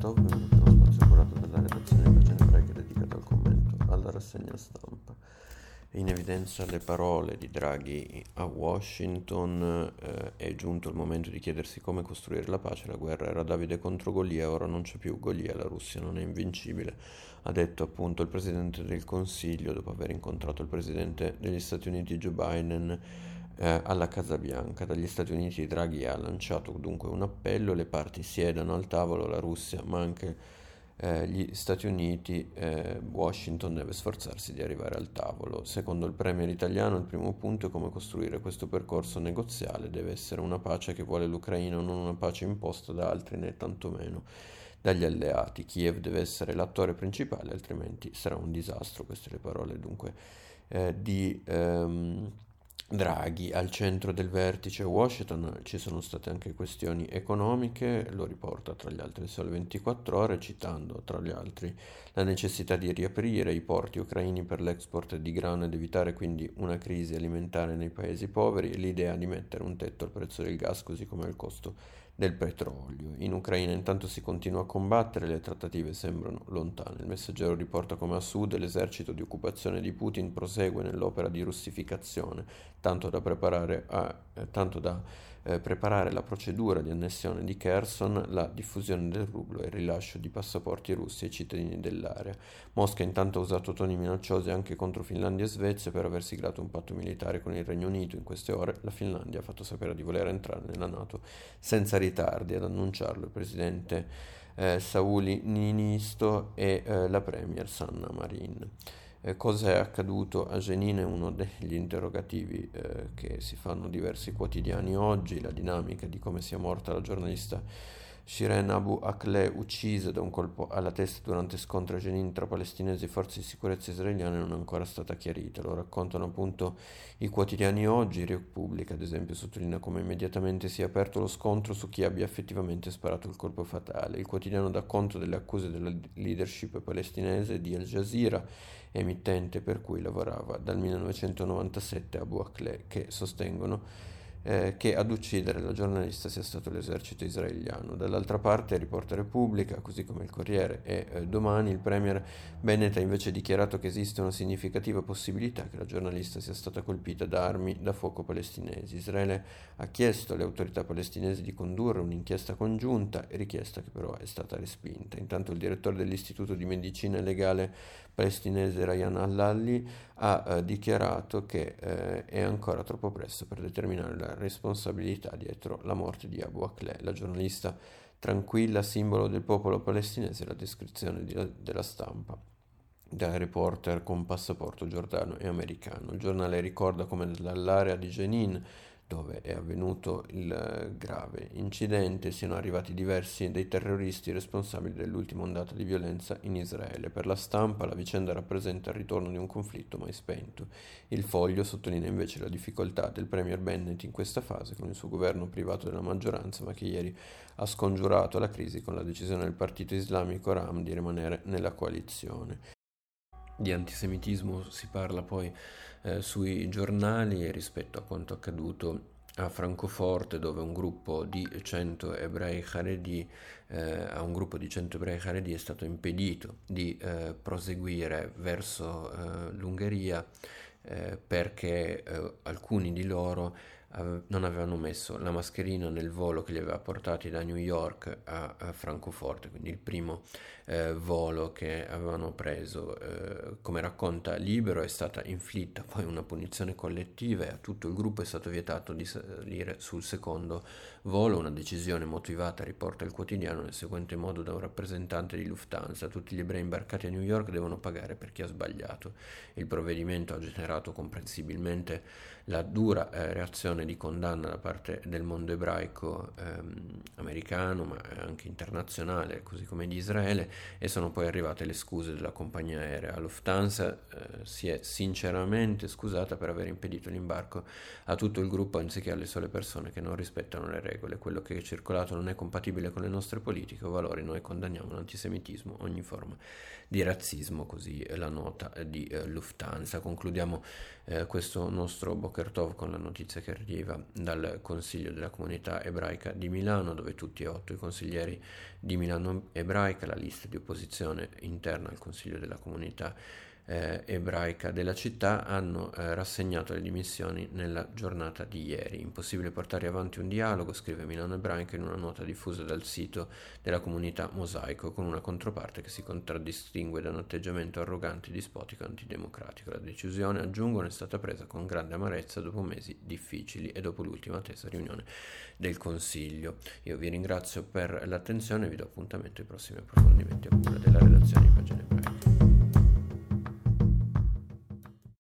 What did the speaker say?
Tov, benvenuti a uno spazio curato dalla redazione di Pagine Ebraiche dedicato al commento alla rassegna stampa. In evidenza le parole di Draghi a Washington, è giunto il momento di chiedersi come costruire la pace. La guerra era Davide contro Golia, ora non c'è più Golia, la Russia non è invincibile, ha detto appunto il Presidente del Consiglio dopo aver incontrato il Presidente degli Stati Uniti Joe Biden alla Casa Bianca. Dagli Stati Uniti Draghi ha lanciato dunque un appello, le parti siedano al tavolo, la Russia ma anche gli Stati Uniti, Washington deve sforzarsi di arrivare al tavolo. Secondo il premier italiano il primo punto è come costruire questo percorso negoziale, deve essere una pace che vuole l'Ucraina, non una pace imposta da altri né tantomeno dagli alleati. Kiev deve essere l'attore principale, altrimenti sarà un disastro. Queste le parole dunque di Draghi. Al centro del vertice a Washington ci sono state anche questioni economiche, lo riporta tra gli altri il Sole 24 Ore, citando tra gli altri la necessità di riaprire i porti ucraini per l'export di grano ed evitare quindi una crisi alimentare nei paesi poveri e l'idea di mettere un tetto al prezzo del gas così come al costo del petrolio. In Ucraina intanto si continua a combattere, le trattative sembrano lontane. Il Messaggero riporta come a sud l'esercito di occupazione di Putin prosegue nell'opera di russificazione, tanto da preparare la procedura di annessione di Kherson, la diffusione del rublo e il rilascio di passaporti russi ai cittadini dell'area. Mosca intanto ha usato toni minacciosi anche contro Finlandia e Svezia per aver siglato un patto militare con il Regno Unito. In queste ore la Finlandia ha fatto sapere di voler entrare nella NATO senza ritardi. Ad annunciarlo il presidente Sauli Niinisto e la premier Sanna Marin. Cosa è accaduto a Jenin è uno degli interrogativi che si fanno diversi quotidiani oggi. La dinamica di come sia morta la giornalista Shirin Abu Akleh, uccisa da un colpo alla testa durante scontri a Jenin tra palestinesi e forze di sicurezza israeliane, non è ancora stata chiarita. Lo raccontano appunto i quotidiani oggi. Repubblica, ad esempio, sottolinea come immediatamente si è aperto lo scontro su chi abbia effettivamente sparato il colpo fatale. Il quotidiano dà conto delle accuse della leadership palestinese di Al Jazeera, emittente per cui lavorava dal 1997 a Abu Akleh, che sostengono che ad uccidere la giornalista sia stato l'esercito israeliano. Dall'altra parte riporta Repubblica, così come il Corriere e Domani, il premier Bennett ha invece dichiarato che esiste una significativa possibilità che la giornalista sia stata colpita da armi da fuoco palestinesi. Israele ha chiesto alle autorità palestinesi di condurre un'inchiesta congiunta, richiesta che però è stata respinta. Intanto il direttore dell'Istituto di Medicina Legale palestinese Ryan Allalli ha dichiarato che è ancora troppo presto per determinare la responsabilità dietro la morte di Abu Akleh. La giornalista tranquilla, simbolo del popolo palestinese, la descrizione della stampa da reporter con passaporto giordano e americano. Il giornale ricorda come dall'area di Jenin, dove è avvenuto il grave incidente, siano arrivati diversi dei terroristi responsabili dell'ultima ondata di violenza in Israele. Per la stampa la vicenda rappresenta il ritorno di un conflitto mai spento. Il Foglio sottolinea invece la difficoltà del premier Bennett in questa fase con il suo governo privato della maggioranza, ma che ieri ha scongiurato la crisi con la decisione del partito islamico Ram di rimanere nella coalizione. Di antisemitismo si parla poi sui giornali rispetto a quanto accaduto a Francoforte, dove un gruppo di 100 ebrei Haredi, a un gruppo di 100 ebrei Haredi è stato impedito di proseguire verso l'Ungheria perché alcuni di loro non avevano messo la mascherina nel volo che li aveva portati da New York a Francoforte, quindi il primo volo che avevano preso. Come racconta Libero, è stata inflitta poi una punizione collettiva e a tutto il gruppo è stato vietato di salire sul secondo volo, una decisione motivata, riporta il quotidiano, nel seguente modo da un rappresentante di Lufthansa: tutti gli ebrei imbarcati a New York devono pagare per chi ha sbagliato. Il provvedimento ha generato comprensibilmente la dura reazione di condanna da parte del mondo ebraico americano, ma anche internazionale, così come di Israele, e sono poi arrivate le scuse della compagnia aerea. Lufthansa si è sinceramente scusata per aver impedito l'imbarco a tutto il gruppo anziché alle sole persone che non rispettano le regole. Quello che è circolato non è compatibile con le nostre politiche o valori, noi condanniamo l'antisemitismo, ogni forma di razzismo, così la nota di Lufthansa. Concludiamo questo nostro Boker Tov con la notizia che arriva dal Consiglio della Comunità Ebraica di Milano, dove tutti e 8 i consiglieri di Milano Ebraica, la lista di opposizione interna al Consiglio della Comunità ebraica della città, hanno rassegnato le dimissioni nella giornata di ieri. Impossibile portare avanti un dialogo, scrive Milano Ebraica in una nota diffusa dal sito della comunità Mosaico, con una controparte che si contraddistingue da un atteggiamento arrogante, dispotico e antidemocratico. La decisione, aggiungono, è stata presa con grande amarezza dopo mesi difficili e dopo l'ultima attesa riunione del Consiglio. Io vi ringrazio per l'attenzione e vi do appuntamento ai prossimi approfondimenti a cura della redazione di Pagine Ebraiche.